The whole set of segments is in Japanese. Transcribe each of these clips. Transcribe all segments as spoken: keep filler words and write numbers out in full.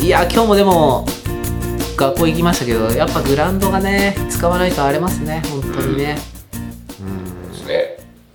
いや今日もでも学校行きましたけど、やっぱグラウンドがね使わないと荒れますね本当にね。うんですね。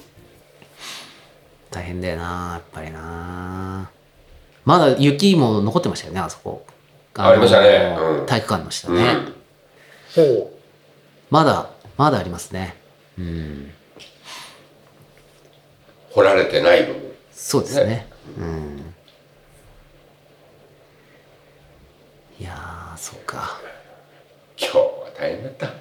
大変だよなやっぱりな。まだ雪も残ってましたよねあそこ。 あ, ありましたね、 うん、体育館の下ね、 うん、ほうまだまだありますね。うん、 掘られてない部分、ね、 そうですね、うん、いやーそっか今日は大変だった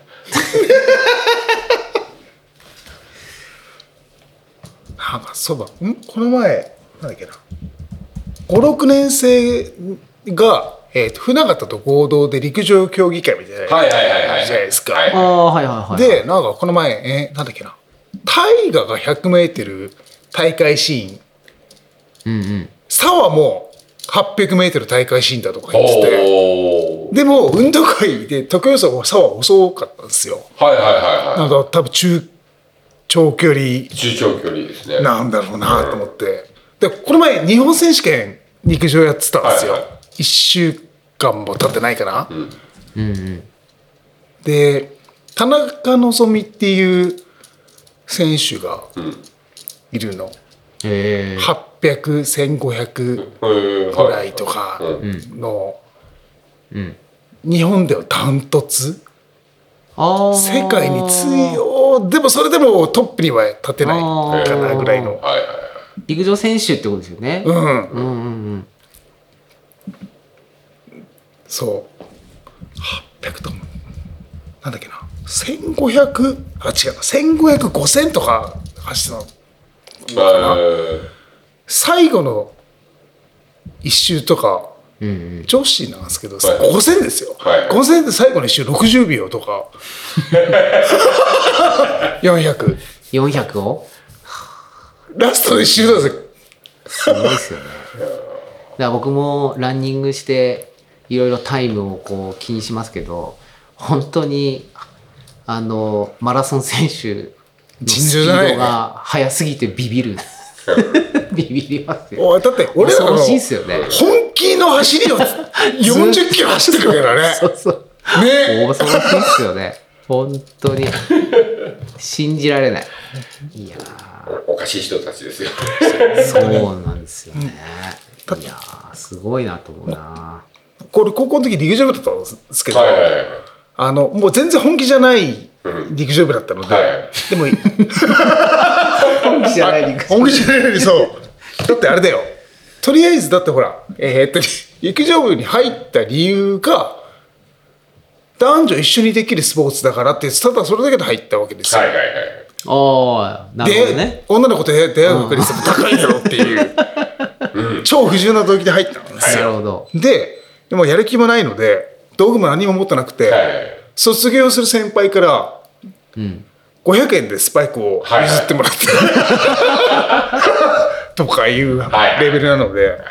なんかそうだんこの前なんだっけなごろくねん生が、えー、と船形と合同で陸上競技会みたいなじゃないですか。 ああはいはいはい。 でなんかこの前、えー、なんだっけな大河が ひゃくメートル 大会シーン、うんうん、沢も はっぴゃくメートル 大会シーンだとか言ってて、でも運動会で得意予想は沢は遅かったんですよ。 はいはいはいはい。 なんか多分中長距離中長距離ですね。 なんだろうなと思って、でこの前日本選手権陸上やってたんですよ、はいはい、いっしゅうかんも経ってないかな、うんうん、で田中希実っていう選手がいるの、うん、はっぴゃく、せんごひゃくぐらいとかの、うん、日本ではダントツ、あ世界に強いでもそれでもトップには立てないかなぐらいの陸上選手ってことですよね。うん、うんうんうんそうはっぴゃくとなんだっけなせんごひゃくあ違うなせんごひゃく、ごせんとか走ってたのかな、最後の一周とか、うんうん、女子なんですけど、はい、ごせんですよ、はい、ごせんで最後の一周ろくじゅうびょうとかよんひゃくよんひゃくをラストの一周なんですよ。 すごいですよね。だから僕もランニングしていろいろタイムをこう気にしますけど、本当にあのマラソン選手のスピードが速すぎてビビるビビりますよ。 だって俺らの本気の走りをよんじゅっキロ走ってるからね。 そうそうね、恐ろしいですよね本当に信じられない。いやおかしい人たちですよそうなんですよね、うん、いやすごいなと思うな。 これ高校の時陸上部だったんですけど、はいはいはい、あのもう全然本気じゃない陸上部だったので、うんはいはい、でも本気じゃない陸上部本気じゃないのにそうだってあれだよとりあえずだってほら、えー、っと陸上部に入った理由が男女一緒にできるスポーツだからってただそれだけで入ったわけですよ。はいはいはい。 ああなるほどね。 で女の子と出会う確率も高いだろうっていう、うん、超不純な動機で入ったんですよ。なるほど。ででもやる気もないので道具も何も持ってなくて、はいはい、卒業する先輩から、うん、ごひゃくえんでスパイクを譲ってもらって、はいはい、とかいうレベルなので、はいはい、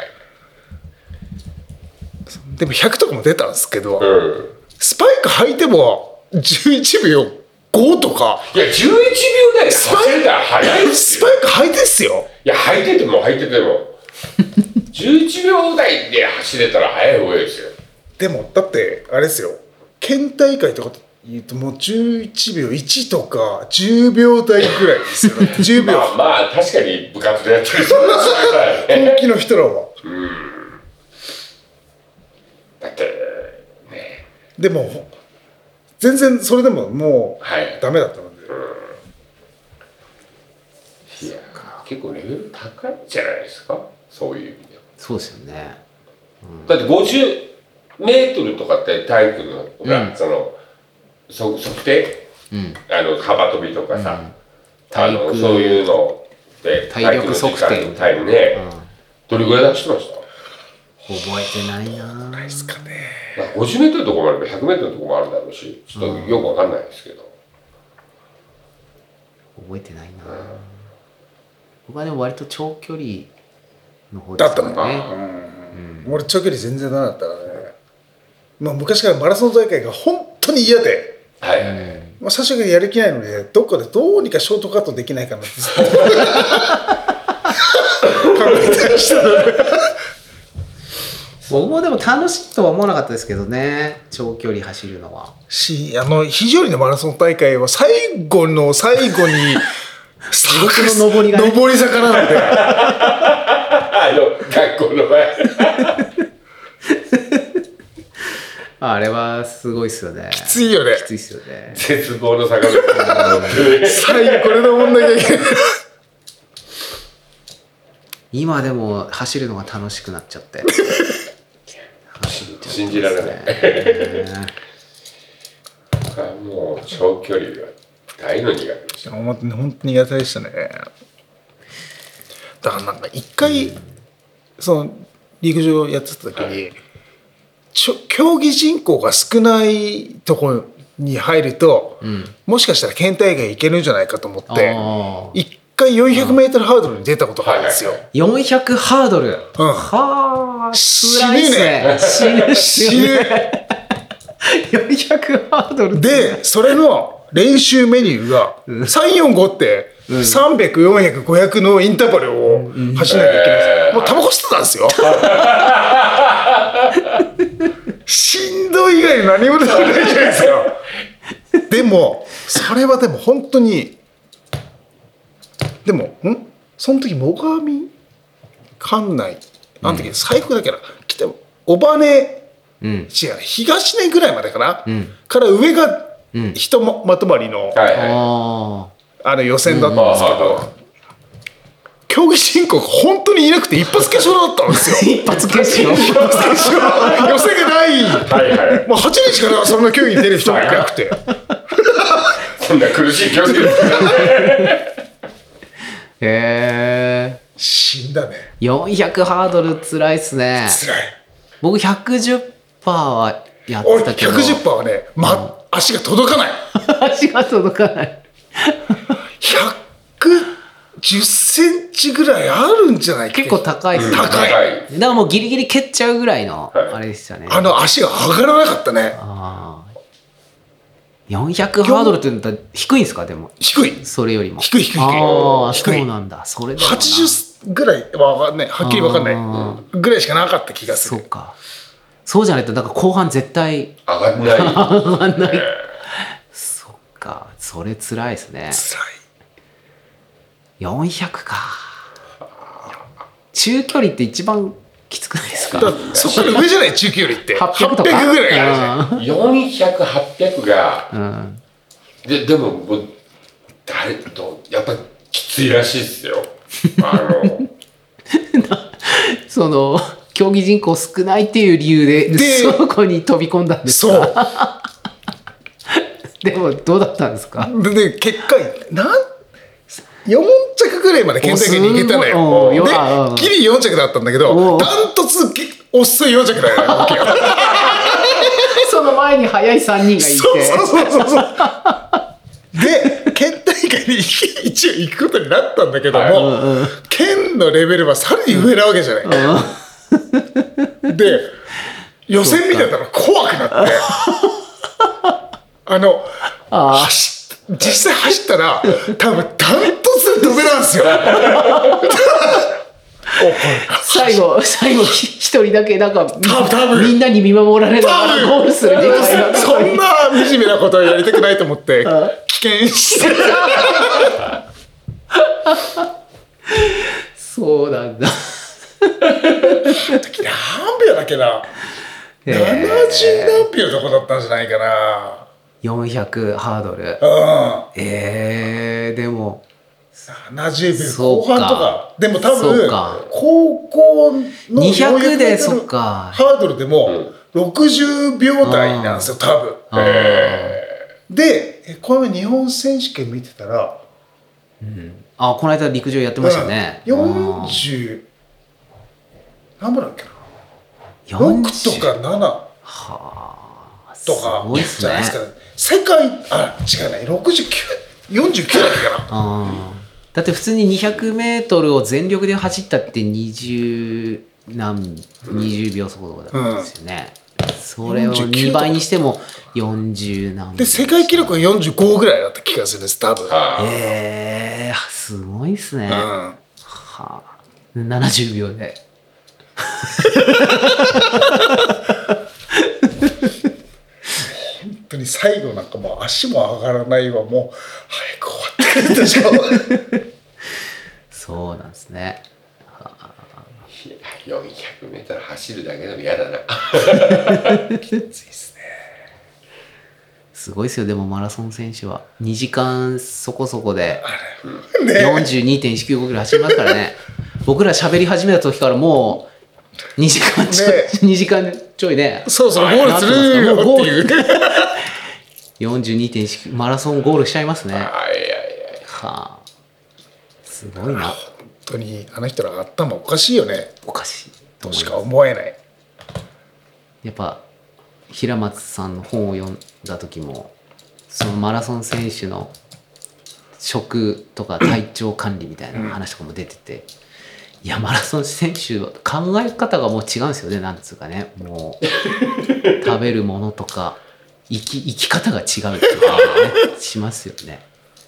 でもひゃくとかも出たんですけど、うん、スパイク履いてもじゅういちびょうごとか。 いやじゅういちびょう台で走れたら速いっすよ。 スパイク履いてっすよ。 いや履いてても履いててもじゅういちびょう台で走れたら速い方がいいですよ。 でもだってあれですよ県大会とか言うともうじゅういちびょういちとかじゅうびょう台ぐらいですよ。じゅうびょうまあまあ確かに部活でやってる人本気の人らはうんだってねでも全然それでももうダメだったので、はいうん、いや結構レベル高いんじゃないですかそういう意味では。 そうですよね、 うん、だってごじゅうメートルとかって体育のが、うん、そのそ測定、うん、あの幅跳びとかさ、うん、あのそういうので体力測定のタイムね、うん、どれぐらい出してました？ 覚えてないな。 ないですかね。 ごじゅうメートルのとこもあればひゃくメートルのとこもあるだろうし、ちょっとよくわかんないですけど、 うん、覚えてないな、うん、僕はでも割と長距離の方ですかね。だったのか、 うんうん、俺長距離全然なかったからね、まあ、昔からマラソン大会が本当に嫌で、はいはいはい、まあ、最初からやる気ないのでどっかでどうにかショートカットできないかなってずっと考えたりしたので僕もでも楽しいとは思わなかったですけどね、長距離走るのは。 し、あの非常にのマラソン大会は最後の最後に地獄の上りがね、 上り坂なのであの学校の前あれはすごいっすよね。 きついよね。 きついっすよね。 絶望の坂です最後これで思んなきゃいけない今でも走るのが楽しくなっちゃって信じられないもう長距離は大の苦手でした。 本当に本当に苦手でしたね。だからなんか一回その陸上やってた時に、はい、ちょ競技人口が少ないところに入ると、うん、もしかしたら県大会行けるんじゃないかと思って一回よんひゃくメートルハードルに出たことがあるんですよ。 よんひゃくハードル、うん、はあ辛いっすね。死ぬ死ぬよんひゃくハードルで、それの練習メニューがさんよんごってさんびゃく、よんひゃく、ごひゃくのインターバルを走らなきゃいけないです。もうタバコ吸ってたんですよ。しんどい以外何もできないじゃないですか。でもそれはでも本当にでもんその時最上管内あの時最高だけど来て尾羽、うん、違う東根ぐらいまでかな、うん、から上がひとまとまりの、うんはいはい、あの予選だったんですけど、うん、競技人口が本当にいなくて一発決勝だったんですよ。 一発決勝一発決勝予選がない、はいはい、もうはちにんしかそんな競技に出る人がいなくてそんな苦しい競技ですへえ死んだね。 よんひゃくハードルつらいっすね。 つらい。僕ひゃくじゅっパーセント はやってたけど俺 ひゃくじゅっパーセント はね、まうん、足が届かない足が届かないひゃくじゅっセンチぐらいあるんじゃないか。 結構高いっすね、うん、 高い。 だからもうギリギリ蹴っちゃうぐらいのあれでしたね、 はい、あの足が上がらなかったね。 あよんひゃくハードルって言ったら低いんですか。でも低い。 それよりも低い低い低い。 ああそうなんだ。それではちじゅうぐらいは分かんない、はっきり分かんないぐらいしかなかった気がする。 そうか。そうじゃないとだから後半絶対上がんない上がんない、えー、そっか。それつらいですね。 つらい。 よんひゃくか。中距離って一番きつくないですか。 だそこから上じゃない中距離ってはっぴゃくとかはっぴゃくぐらいあるじゃん。 よんひゃく、はっぴゃくが、うん、で, でももう誰とやっぱきついらしいですよ。あのその競技人口少ないっていう理由ででそこに飛び込んだんですか。そうでもどうだったんですか。 で結果なんよん着ぐらいまで県大会に行けたのよ。でギリよん着だったんだけどダントツ遅いよん着だよわけよ。 その前に速いさんにんがいてそうそうそうそうそうで県大会に一応行くことになったんだけども、うんうん、県のレベルはさらに上なわけじゃない、うん、で予選見てたら怖くなってあのあ走実際走ったら多分ダントツで飛べなんですよ最後最後一人だけなんかみんなに見守られながらゴールするみたいな。 そんな惨めなことをやりたくないと思って危険してそうなんだ。 時何秒だっけな、ななじゅう何秒とかだったんじゃないかな。 よんひゃくハードル、うん、えー、でもななじゅうびょう後半とかでも多分高校のにひゃくでそっかハードルでもろくじゅうびょう台なんですよ多分。でこの前日本選手権見てたら、 うん、あこの間陸上やってましたね、 うん、よんじゅう何本だっけなろくとかななとかじゃないですか、ね、世界あ違うねろくじゅうきゅう、よんじゅうきゅうだっけかな。 あだって普通ににひゃくメートルを全力で走ったってにじゅう何にじゅうびょうそこそこだったんですよね、うん、それをにばいにしてもよんじゅう何で世界記録がよんじゅうごぐらいだった気がするんです多分。 えー、すごいっすね、うん、はあ、ななじゅうびょうで本当に最後なんかもう足も上がらないわ、もう早く終わってくれたしかそうなんですね。 よんひゃくメートル走るだけでも嫌だな。 きついっすね。 すごいですよ。でもマラソン選手はにじかんそこそこでね、 よんじゅうにてんいちきゅうごキロ走りますからね。僕ら喋り始めた時からもうにじかんちょい、 ね、 にじかんちょいね。 そろそろゴールするよっていう。 よんじゅうにてんいちきゅう マラソンゴールしちゃいますね。はいはいはい。 はあ、すごいな。 本当にあの人ら頭おかしいよね。 おかしいとしか思えない。 やっぱ平松さんの本を読んだ時もそのマラソン選手の食とか体調管理みたいな話とかも出てて、いやマラソン選手は考え方がもう違うんですよね。なんつうかね、もう食べるものとか生き生き方が違うっていう感じがねしますよね。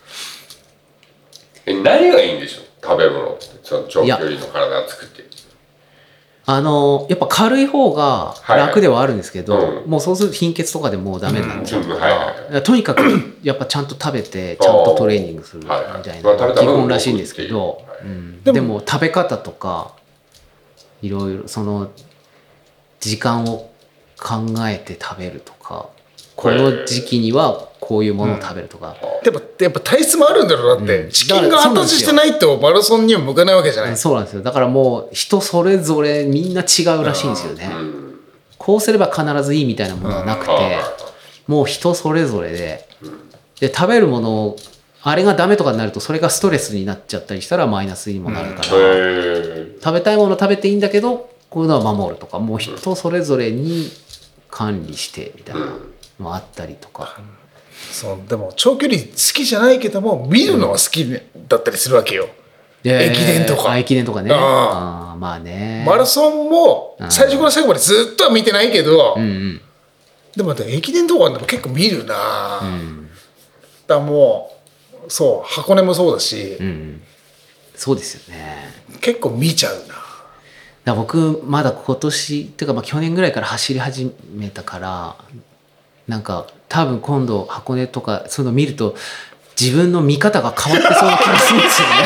え、何がいいんでしょう、食べ物って。その長距離の体を作って。 あのやっぱ軽い方が楽ではあるんですけど、 はいはい、うん、 もうそうすると貧血とかでもうダメになっちゃうから、 うんうん、 とにかくやっぱちゃんと食べてちゃんとトレーニングするみたいな基本らしいんですけど、うん、でも食べ方とかいろいろその時間を考えて食べるとか、この時期にはこういうものを食べるとか、 でもやっぱ体質もあるんだろうなって、うん、チキンが後味してないとマラソンには向かないわけじゃない。 そうなんですよ。だからもう人それぞれみんな違うらしいんですよね。こうすれば必ずいいみたいなものはなくて、もう人それぞれで、で食べるものをあれがダメとかになるとそれがストレスになっちゃったりしたらマイナスにもなるから、食べたいもの食べていいんだけどこういうのは守るとか、もう人それぞれに管理してみたいなのもあったりとか。 そうでも長距離好きじゃないけども見るのは好きだったりするわけよ、うん、駅伝とか駅伝とかね。ああまあね、 マラソンも最初から最後までずっとは見てないけど、うんうん、でも駅伝とかでも結構見るな、うん、だからもうそう箱根もそうだし、うん、 そうですよね、 結構見ちゃうな。 だ僕まだ今年っていうかまあ去年ぐらいから走り始めたから、なんか多分今度箱根とかそういうの見ると自分の見方が変わってそうな気がするん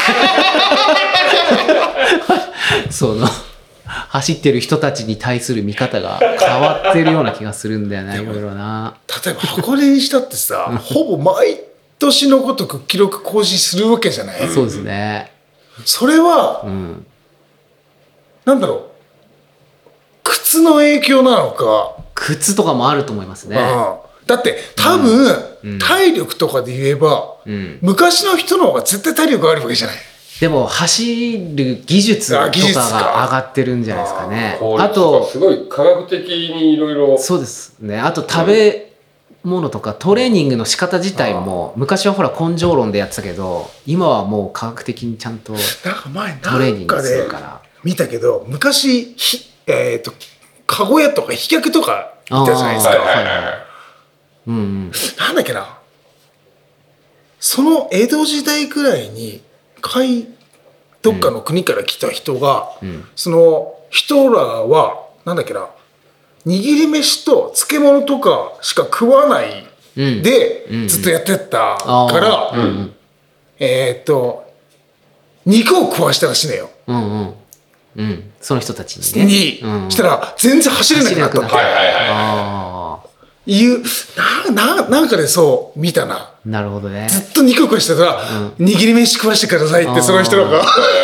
ですよね。その走ってる人たちに対する見方が変わってるような気がするんだよね。いろいろな。 例えば箱根にしたってさほぼ毎年のごとく記録更新するわけじゃない。 そうですね。 それは、うん、なんだろう、靴の影響なのか。 靴とかもあると思いますね。 ああだって多分、うん、体力とかで言えば、うん、昔の人の方が絶対体力あるわけじゃない。 でも走る技術とかが上がってるんじゃないですかね。あ, あとすごい科学的にいろいろ。 そうですね。あと食べ物とかトレーニングの仕方自体も、うん、昔はほら根性論でやってたけど今はもう科学的にちゃんとトレーニングするから。 見たけど昔ひ、えーとかご屋とか飛脚とかいたじゃないですか。うんうん、なんだっけな、その江戸時代くらいに海どっかの国から来た人が、うん、その人らはなんだっけな、握り飯と漬物とかしか食わないで、うん、ずっとやってたから、うんうん、えー、っと肉を食わしたらしいのよ。 うんうんうん、その人たちにね。 に、うん、したら全然走れなくなったって。はいはいはい。いうなななんかでそう見たな。 なるほどね。 ずっと肉を食わしてたら、うん、握り飯食わしてくださいってその人らが。だ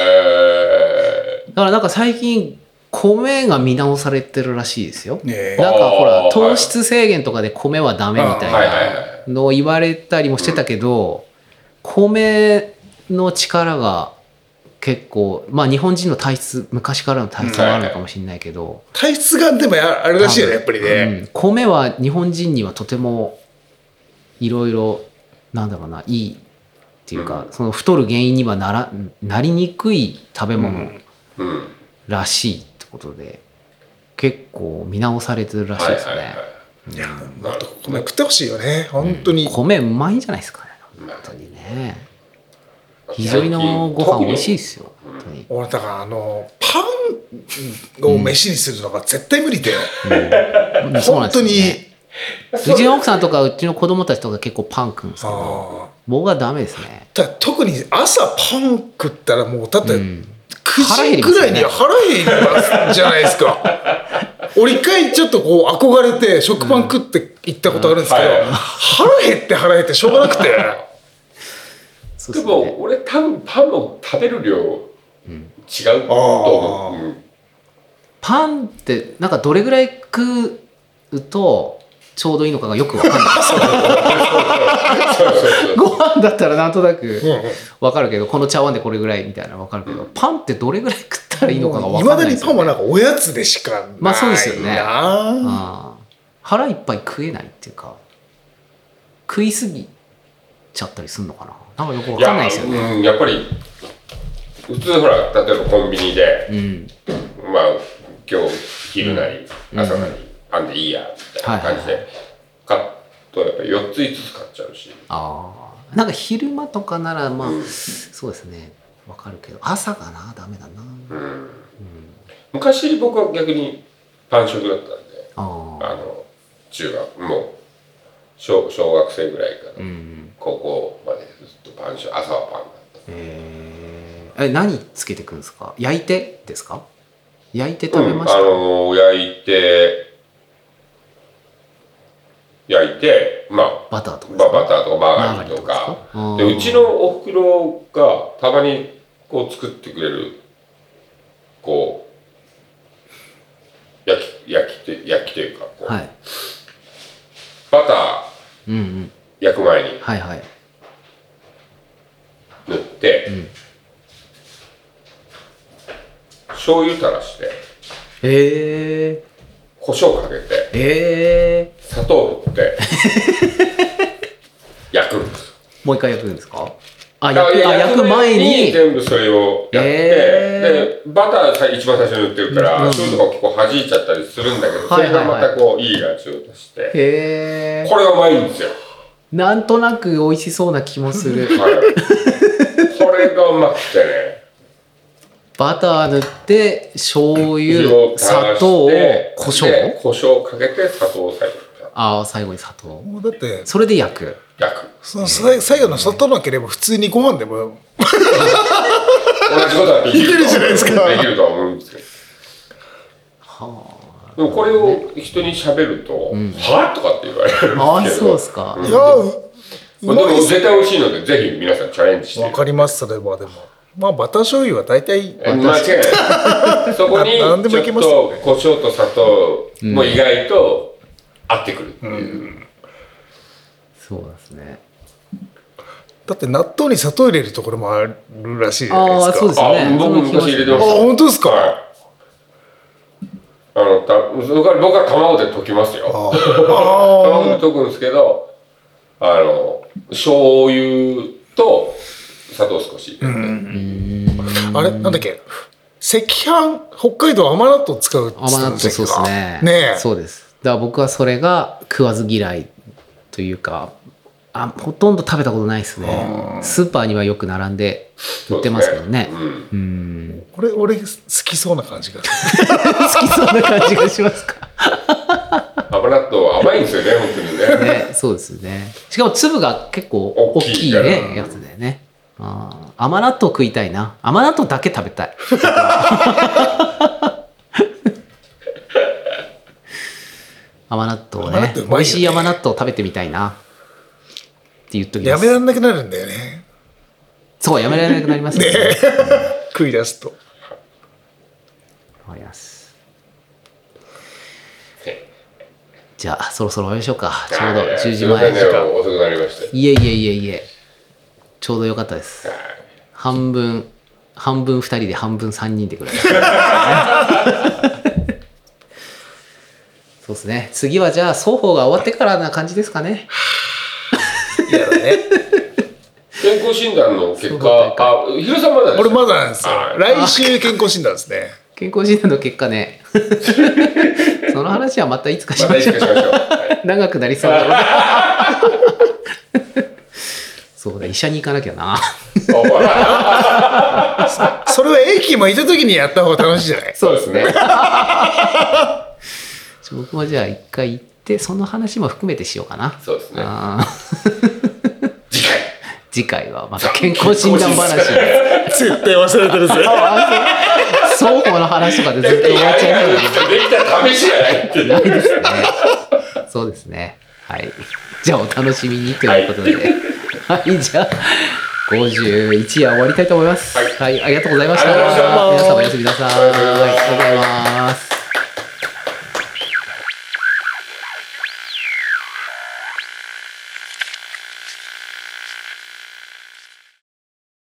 からなんか最近米が見直されてるらしいですよ。ね、なんかほら糖質制限とかで米はダメみたいなのを言われたりもしてたけど、米の力が結構まあ日本人の体質昔からの体質があるのかもしれないけど、うん、 体質がでもあるらしいよねやっぱりね、うん、 米は日本人にはとてもいろいろなんだろうないいっていうか、うん、その太る原因にはならなりにくい食べ物らしいってことで結構見直されてるらしいですね。はいはいはい、 いやもっと米食ってほしいよね本当に、 うん、米うまいんじゃないですかね本当にね。 非常にのご飯美味しいですよ、本当に。 俺だからあのパンを飯にするのが絶対無理で、 うん、 本当に、 うちの奥さんとかうちの子供たちとか結構パン食うんですけど、僕はダメですね。 だ特に朝パン食ったらもうだって、うんくじぐらいには腹減りますじゃないですか。俺一回ちょっとこう憧れて食パン食って行ったことあるんですけど、うんはい、腹減って腹減ってしょうがなくてでも俺多分パンの食べる量違うと思う、うん、 パンってなんかどれぐらい食うとちょうどいいのかがよく分かんないご飯だったらなんとなく分かるけど、この茶碗でこれぐらいみたいなの分かるけど、パンってどれぐらい食ったらいいのかが分かんないですよね。 いまだにパンはなんかおやつでしかないな。 まあそうですよね。あ腹いっぱい食えないっていうか食いすぎちゃったりするのかな、なんかよく分かんないですよね。 や,、うん、やっぱり普通ほら例えばコンビニで、うん、まあ今日昼なり朝なり、うんパンでいいやみたいな感じで買っとやっぱりよっついつつ買っちゃうし、 ああなんか昼間とかならまあ、うん、そうですねわかるけど朝がなダメだな、うんうん、 昔僕は逆にパン食だったんで、あの中学もう 小, 小学生ぐらいから、うん、高校までずっとパン食、朝はパンだった。 えー、え何つけてくるんですか？焼いてですか？焼いて食べました？ うん、あの焼いて焼いて、まあ、 バターとかですか？ バターとかマーガリンとか。で、うちのおふくろがたまにこう作ってくれる、こう、焼き、焼きて、焼きというか、こう、はい、バター、うんうん、焼く前に、はいはい、塗って、うん、醤油垂らして、 えー胡椒かけて、 えー、 砂糖振って焼くんです。 もう一回焼くんですか？あ、焼く、あ、焼く前に全部それをやって、えー、でバター一番最初に塗ってるから醤油とか結構弾いちゃったりするんだけど、それがまたこういい味を出して、 へー、 これがうまいんですよ。 なんとなく美味しそうな気もする、はい、 これがうまくてね、 バター塗って醤油砂糖胡椒胡椒かけて砂糖を最後に、 ああ最後に砂糖もうだってそれで焼く焼くその最後の砂糖なければ普通にご飯でも同じことはできるいけるじゃないですか。 できるとは思うんですけど、はあ、でもこれを人に喋ると、うん、はぁとかって言われるんですけど、 ああそうですか、 うん、いやまあ、でも絶対美味しいのでぜひ皆さんチャレンジしてわかります。それはでもまあバター醤油は大体間違いないそこにちょっと胡椒と砂糖も意外と合ってくるっていう、うんうん、 そうですね。 だって納豆に砂糖入れるところもあるらしいじゃないですか。 ああそうですね。 あ僕昔入れてました。 あ本当ですか、はい、 あのた僕は卵で溶きますよ。卵で溶くんですけどあの醤油と砂糖少し入れて、うん、 あれなんだっけ赤飯北海道甘納豆使うって言ってたんですか？ 甘納豆そうですね。ねえそうです。だから僕はそれが食わず嫌いというかあほとんど食べたことないですね。スーパーにはよく並んで売ってますけどね。う、ね、うん、 俺俺好きそうな感じが好きそうな感じがしますか？ 甘納豆甘いんですよね本当にね。 ねそうですね。しかも粒が結構大きいねやつでね。あ甘納豆食いたいな。甘納豆だけ食べたい。甘納豆ね、ね美味しい甘納豆食べてみたいなって言っときます。 やめられなくなるんだよね。 そうやめられなくなりますね。ね食い出すと。 わかります。じゃあそろそろ終わりましょうか。ちょうどじゅうじまえ。 遅くなりました。 いえいえいえいえ。ちょうど良かったです。半分半分ふたりで半分さんにんでくらい。そうですね。次はじゃあ双方が終わってからな感じですかね。 いやだね。 健康診断の結果、あ、ヒロさんまだです。 俺まだなんですよ。来週健康診断ですね。 健康診断の結果ね。その話はまたいつかしましょう。またいつかしましょう。長くなりそうだろう。 そうだ、医者に行かなきゃな。 それは駅もいた時にやった方が楽しいじゃない？ そうですね。僕もじゃあ一回行ってその話も含めてしようかな。 そうですね。次回次回はまた健康診断話。 絶対忘れてるぜ。 双方の話とかでずっと終わっちゃいそうだけど。できたら試しがないっていう。 ないですね。そうですね。はい。じゃあお楽しみにということで。はい、じゃあごじゅういち夜終わりたいと思います。はい、はい、ありがとうございました。皆様おやすみなさい。ありがとうございます。